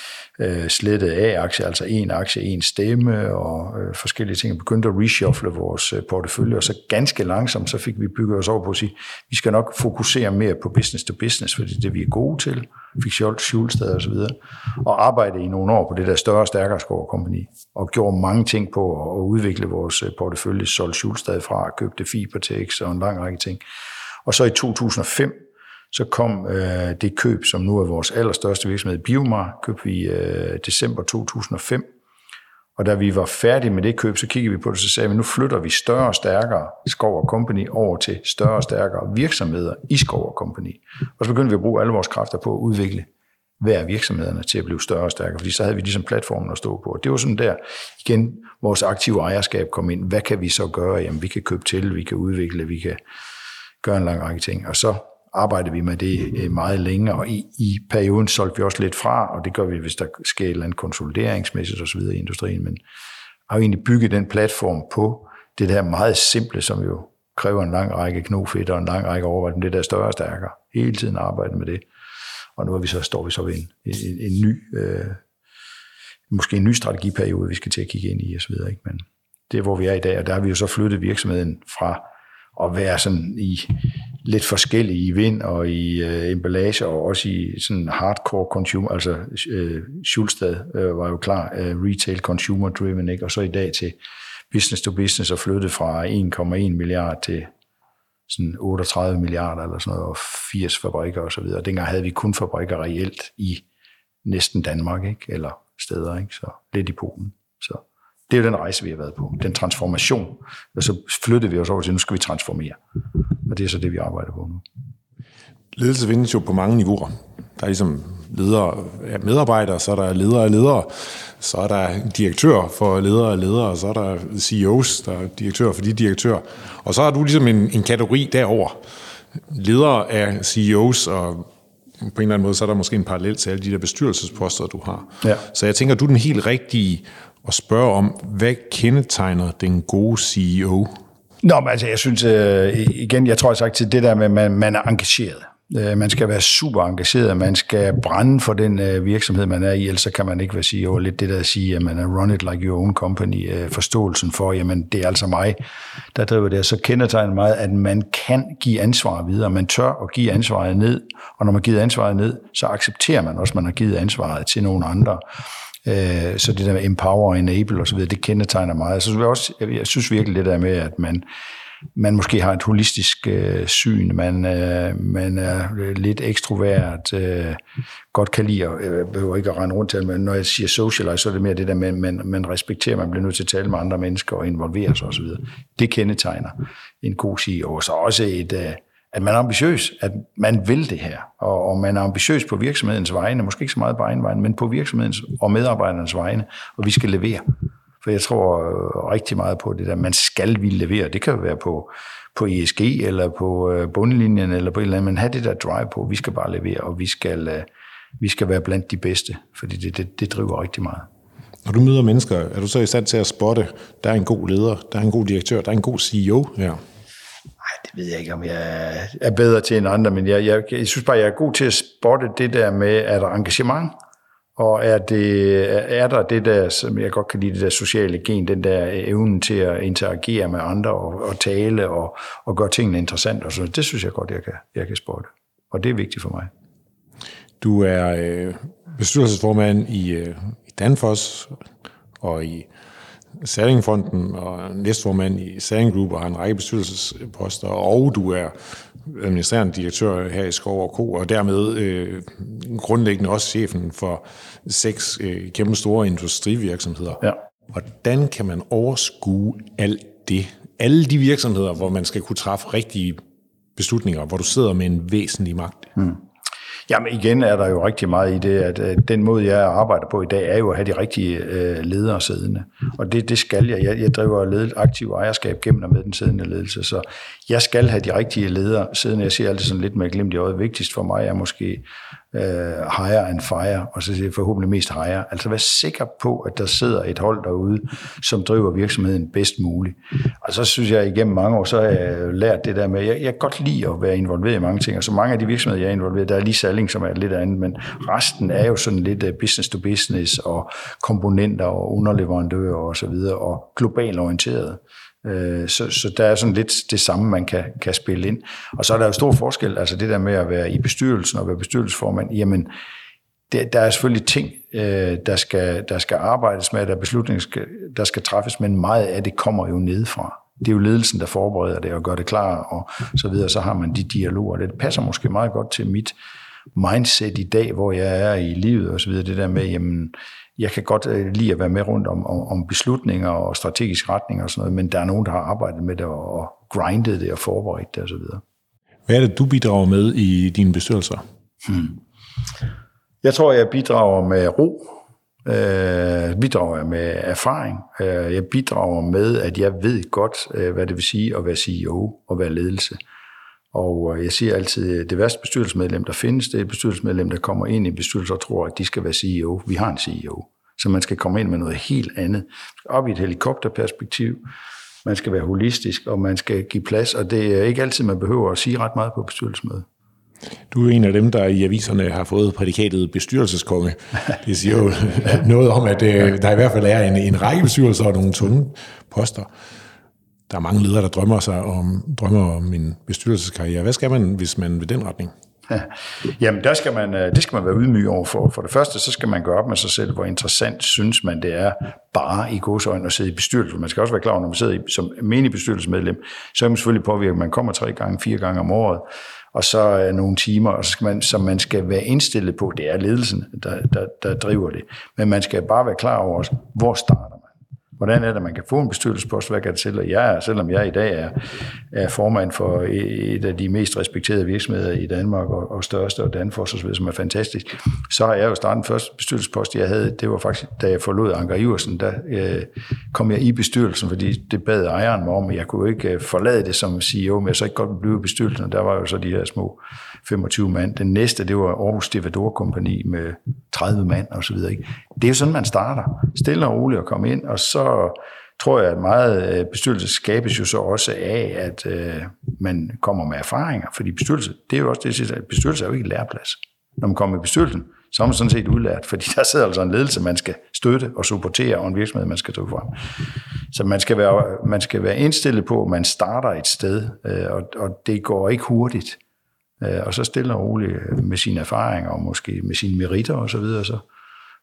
slettet A-aktie, altså en aktie, en stemme og forskellige ting. Vi begyndte at reshuffle vores portefølje, og så ganske langsomt, så fik vi bygget os over på at sige, vi skal nok fokusere mere på business to business, fordi det vi er gode til, fik Schulstad og så videre, og arbejdede i nogle år på det der større og stærkere Schouw & Company, og gjorde mange ting på at udvikle vores portefølje, solgte Schulstad fra, købte Fibertex og en lang række ting. Og så i 2005, så kom det køb, som nu er vores allerstørste virksomhed, BioMar, købte vi i december 2005. Og da vi var færdige med det køb, så kiggede vi på det, så sagde vi, nu flytter vi større og stærkere Schouw & Company over til større og stærkere virksomheder i Schouw & Company. Og så begyndte vi at bruge alle vores kræfter på at udvikle hver virksomhederne til at blive større og stærkere, fordi så havde vi ligesom platformen at stå på. Og det var sådan der, igen, vores aktive ejerskab kom ind. Hvad kan vi så gøre? Jamen, vi kan købe til, vi kan udvikle, vi kan gøre en lang række ting. Og så arbejdede vi med det meget længe, og i perioden solgte vi også lidt fra, og det gør vi, hvis der sker et eller andet konsolideringsmæssigt osv. i industrien, men har jo egentlig bygget den platform på det der meget simple, som jo kræver en lang række knofedt og en lang række overvejelser, det der større og stærkere. Hele tiden arbejde med det. Og nu står vi så ved en ny, måske en ny strategiperiode, vi skal til at kigge ind i osv. Men det er, hvor vi er i dag, og der har vi jo så flyttet virksomheden fra at være sådan i lidt forskellige i vind og i emballage, og også i sådan hardcore consumer, altså Schulstad var jo klar, retail consumer driven, ikke? Og så i dag til business to business og flyttet fra 1,1 milliard til sådan 38 milliarder eller sådan noget, og 80 fabrikker og så videre. Dengang havde vi kun fabrikker reelt i næsten Danmark, ikke? Eller steder, ikke? Så lidt i Polen. Så det er jo den rejse, vi har været på. Den transformation. Og så flyttede vi os over til, nu skal vi transformere. Og det er så det, vi arbejder på nu. Ledelse findes jo på mange niveauer. Der er ligesom ledere af medarbejdere, så er der ledere af ledere, så er der direktør for ledere af ledere, og så er der CEOs, der er direktør for de direktører. Og så er du ligesom en kategori derover. Ledere af CEOs, og på en eller anden måde, så er der måske en parallel til alle de der bestyrelsesposter, du har. Ja. Så jeg tænker, du er den helt rigtige at spørge om, hvad kendetegner den gode CEO? Nå, men altså, jeg synes, igen, jeg tror, jeg har sagt til det der med, at man er engageret. Man skal være super engageret, man skal brænde for den virksomhed, man er i, ellers kan man ikke være CEO. Lidt det der at sige, at man er run it like your own company, forståelsen for, jamen det er altså mig, der driver det. Så kendetegner meget, at man kan give ansvar videre, man tør at give ansvaret ned, og når man giver ansvaret ned, så accepterer man også, at man har givet ansvaret til nogle andre. Så det der med empower og enable osv., det kendetegner meget. Så jeg synes virkelig det der med, at man måske har et holistisk syn, man er lidt ekstrovert, godt kan lide, og jeg behøver ikke at rende rundt til, men når jeg siger socialize, så er det mere det der med, at man respekterer, man bliver nødt til at tale med andre mennesker og involvere sig osv. Det kendetegner en god CEO. Så også at man er ambitiøs, at man vil det her, og man er ambitiøs på virksomhedens vegne, måske ikke så meget på egen vegne, men på virksomhedens og medarbejdernes vegne, og vi skal levere. For jeg tror rigtig meget på det der, man skal ville levere. Det kan jo være på ESG, eller på bundlinjen, eller på et eller andet, men have det der drive på, vi skal bare levere, og vi skal være blandt de bedste, fordi det driver rigtig meget. Når du møder mennesker, er du så i stand til at spotte, der er en god leder, der er en god direktør, der er en god CEO her? Nej, det ved jeg ikke, om jeg er bedre til end andre, men jeg synes bare, jeg er god til at spotte det der med, er der engagement, og er der det der, som jeg godt kan lide, det der sociale gen, den der evnen til at interagere med andre og tale og gøre tingene interessant og sådan. Det synes jeg godt, jeg kan spotte, og det er vigtigt for mig. Du er bestyrelsesformand i Danfoss og i Salling-fonden og næstformand i Salling Group og har en række bestyrelsesposter, og du er administrerende direktør her i Skov & Co., og dermed grundlæggende også chefen for 6 kæmpe store industrivirksomheder. Ja. Hvordan kan man overskue alt det? Alle de virksomheder, hvor man skal kunne træffe rigtige beslutninger, hvor du sidder med en væsentlig magt. Jamen igen er der jo rigtig meget i det, at den måde, jeg arbejder på i dag, er jo at have de rigtige ledere siddende. Og det skal jeg. Jeg driver aktiv ejerskab gennem og med den siddende ledelse, så jeg skal have de rigtige ledere siddende. Jeg siger altid sådan lidt med glimt i øjet. Vigtigst for mig er måske hire and fire, og så siger jeg forhåbentlig mest hire. Altså vær sikker på, at der sidder et hold derude, som driver virksomheden bedst muligt. Og så synes jeg igennem mange år, så har jeg lært det der med, jeg kan godt lide at være involveret i mange ting, og så mange af de virksomheder, jeg er involveret, der er lige Salling, som er lidt andet, men resten er jo sådan lidt business to business, og komponenter og underleverandører og så videre, og globalt orienteret. Så der er sådan lidt det samme, man kan spille ind. Og så er der jo stor forskel, altså det der med at være i bestyrelsen og være bestyrelsesformand, jamen der er selvfølgelig ting, der skal arbejdes med, der er beslutninger, der skal træffes, men meget af det kommer jo nedefra. Det er jo ledelsen, der forbereder det og gør det klar, og så videre, så har man de dialoger. Det passer måske meget godt til mit mindset i dag, hvor jeg er i livet og så videre, det der med, jamen jeg kan godt lide at være med rundt om beslutninger og strategisk retning og sådan noget, men der er nogen, der har arbejdet med det og grindet det og forberedt det og så videre. Hvad er det, du bidrager med i dine bestyrelser? Jeg tror, jeg bidrager med ro. Bidrager med erfaring. Jeg bidrager med, at jeg ved godt, hvad det vil sige at være CEO og være ledelse. Og jeg siger altid, at det værste bestyrelsesmedlem, der findes, det er et bestyrelsesmedlem, der kommer ind i en bestyrelse og tror, at de skal være CEO. Vi har en CEO. Så man skal komme ind med noget helt andet. Op i et helikopterperspektiv. Man skal være holistisk, og man skal give plads. Og det er ikke altid, man behøver at sige ret meget på bestyrelsesmødet. Du er en af dem, der i aviserne har fået prædikatet bestyrelseskonge. Det siger jo noget om, at der i hvert fald er en række bestyrelser og nogle tunge poster. Der er mange ledere, der drømmer om en bestyrelseskarriere. Hvad skal man, hvis man vil den retning? Jamen, det skal man være ydmyg over for. For det første, så skal man gøre op med sig selv, hvor interessant synes man, det er bare i gåseøjne at sidde i bestyrelse. Man skal også være klar over, når man sidder som menig bestyrelsesmedlem, så er man selvfølgelig påvirket, at man kommer 3-4 gange om året, og så er nogle timer, og så man skal være indstillet på, det er ledelsen, der driver det. Men man skal bare være klar over, hvor starter man. Hvordan er det, man kan få en bestyrelsespost? Hvad kan det til? Selvom jeg i dag er formand for et af de mest respekterede virksomheder i Danmark og største, og Danfoss osv., som er fantastisk, så har jeg jo startet den første bestyrelsespost, jeg havde. Det var faktisk, da jeg forlod Anker Iversen, der kom jeg i bestyrelsen, fordi det bad ejeren mig om, at jeg kunne ikke forlade det som CEO, men jeg så ikke godt blive i bestyrelsen, og der var jo så de her små 25 mand. Den næste, det var Aarhus Stevedore Kompagni med 30 mand og så videre. Det er jo sådan, man starter. Stille og roligt at komme ind, og så tror jeg, at meget bestyrelse skabes jo så også af, at man kommer med erfaringer. Fordi bestyrelse, det er jo også det, at bestyrelse er jo ikke en læreplads. Når man kommer i bestyrelsen, så er man sådan set udlært, fordi der sidder altså en ledelse, man skal støtte og supportere, og en virksomhed, man skal drive frem. Så man skal være indstillet på, at man starter et sted, og det går ikke hurtigt. Og så stille og roligt med sine erfaringer, og måske med sine meritter og så videre,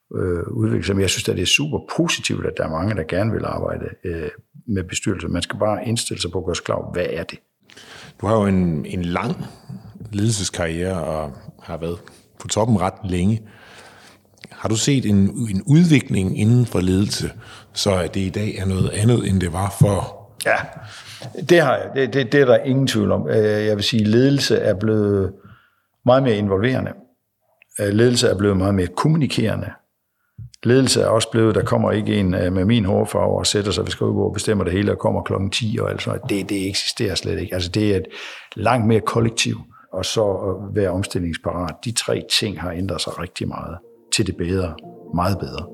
udvikle sig. Men jeg synes, at det er super positivt, at der er mange, der gerne vil arbejde med bestyrelse. Man skal bare indstille sig på at gøre sig klar, hvad er det? Du har jo en lang ledelseskarriere og har været på toppen ret længe. Har du set en udvikling inden for ledelse, så at det i dag er noget andet, end det var for? Ja, det har jeg. Det er der ingen tvivl om. Jeg vil sige, at ledelse er blevet meget mere involverende. Ledelse er blevet meget mere kommunikerende. Ledelse er også blevet, der kommer ikke en med min hårfarve og sætter sig ved skrivebordet og bestemmer det hele og kommer klokken 10 og alt sådan noget. Det eksisterer slet ikke. Altså det er et langt mere kollektiv, og så at være omstillingsparat. De 3 ting har ændret sig rigtig meget til det bedre. Meget bedre.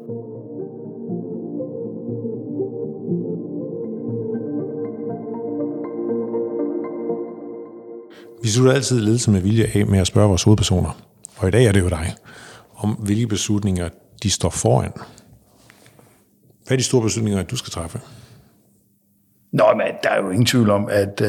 Vi slutter altid ledelse med vilje af med at spørge vores hovedpersoner. Og i dag er det jo dig. Om hvilke beslutninger de står foran. Hvad er de store beslutninger, du skal træffe? Nå, men der er jo ingen tvivl om, at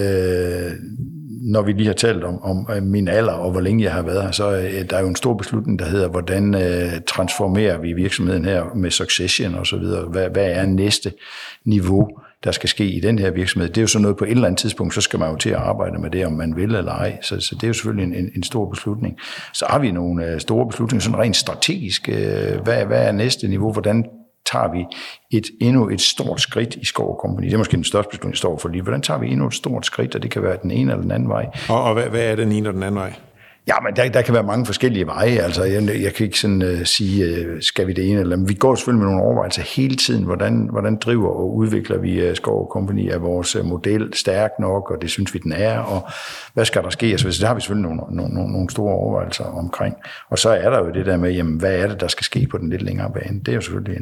når vi lige har talt om min alder og hvor længe jeg har været her, så der er jo en stor beslutning, der hedder, hvordan transformerer vi virksomheden her med succession og så videre. Hvad er næste niveau, der skal ske i den her virksomhed? Det er jo sådan noget på et eller andet tidspunkt, så skal man jo til at arbejde med det, om man vil eller ej. Så det er jo selvfølgelig en stor beslutning. Så har vi nogle store beslutninger, sådan rent strategisk. Hvad er næste niveau? Hvordan tager vi endnu et stort skridt i Skov & Company? Det er måske den største beslutning, jeg står for lige. Hvordan tager vi endnu et stort skridt, og det kan være den ene eller den anden vej? Og hvad er den ene og den anden vej? Ja, men der kan være mange forskellige veje. Altså, jeg kan ikke sådan sige, skal vi det ene eller andet. Vi går selvfølgelig med nogle overvejelser hele tiden. Hvordan driver og udvikler vi Skov & Company? Er vores model stærk nok, og det synes vi, den er? Og hvad skal der ske? Altså, der har vi selvfølgelig nogle store overvejelser omkring. Og så er der jo det der med, jamen, hvad er det, der skal ske på den lidt længere bane? Det er jo selvfølgelig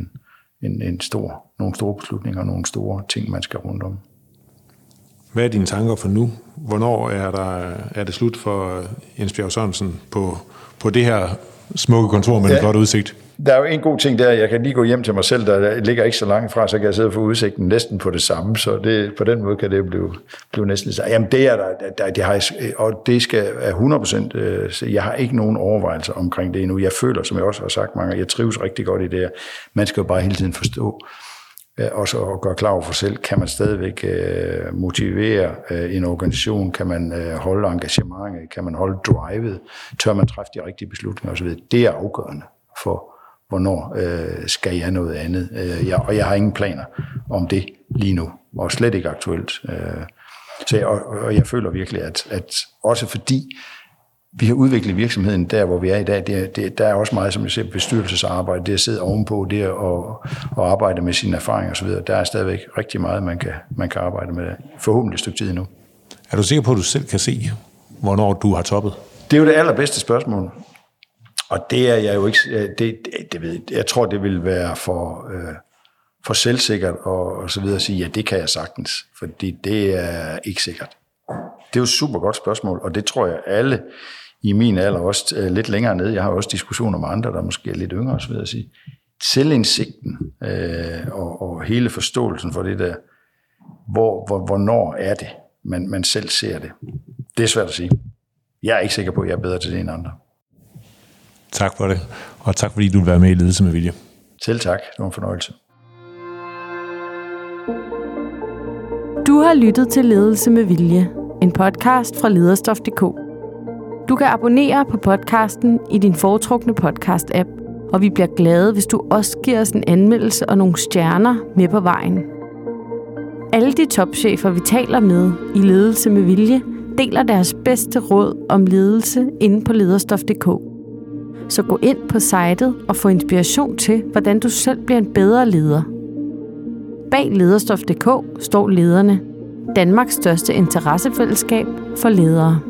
nogle store beslutninger og nogle store ting, man skal rundt om. Hvad er dine tanker for nu? Hvornår er det slut for Jens Bjerg Sørensen på det her smukke kontor med en flot udsigt? Der er jo en god ting der, jeg kan lige gå hjem til mig selv, der ligger ikke så langt fra, så kan jeg sidde og få udsigten næsten på det samme, så på den måde kan det blive næsten så. Jamen det er der, det har jeg, og det skal 100%, jeg har ikke nogen overvejelser omkring det endnu. Jeg føler, som jeg også har sagt mange, jeg trives rigtig godt i det her. Man skal jo bare hele tiden forstå, og så gøre klar over for selv, kan man stadigvæk motivere en organisation, kan man holde engagementet, kan man holde drivet, tør man træffe de rigtige beslutninger osv. Det er afgørende for, hvornår skal jeg noget andet. Og jeg har ingen planer om det lige nu, og slet ikke aktuelt. Og jeg føler virkelig, at også fordi vi har udviklet virksomheden der, hvor vi er i dag, der er også meget, som jeg ser, bestyrelsesarbejde, det at sidde ovenpå, det at arbejde med sine erfaringer osv. Der er stadigvæk rigtig meget, man kan arbejde med. Forhåbentlig et stykke tid endnu. Er du sikker på, at du selv kan se, hvornår du har toppet? Det er jo det allerbedste spørgsmål. Og det er jeg jo ikke. Jeg tror, det vil være for selvsikkert og så videre at sige, ja, det kan jeg sagtens. Fordi det er ikke sikkert. Det er jo et super godt spørgsmål, og det tror jeg alle i min alder også lidt længere nede. Jeg har også diskussioner med andre, der måske er lidt yngre, så vil jeg sige. Selvindsigten og hele forståelsen for det der, hvornår er det, man selv ser det. Det er svært at sige. Jeg er ikke sikker på, at jeg er bedre til det end andre. Tak for det, og tak fordi du vil være med i Ledelse med Vilje. Selv tak, det var en fornøjelse. Du har lyttet til Ledelse med Vilje, en podcast fra Lederstof.dk. Du kan abonnere på podcasten i din foretrukne podcast-app, og vi bliver glade, hvis du også giver os en anmeldelse og nogle stjerner med på vejen. Alle de topchefer, vi taler med i Ledelse med Vilje, deler deres bedste råd om ledelse inde på Lederstof.dk. Så gå ind på sitet og få inspiration til, hvordan du selv bliver en bedre leder. Bag Lederstof.dk står Lederne, Danmarks største interessefællesskab for ledere.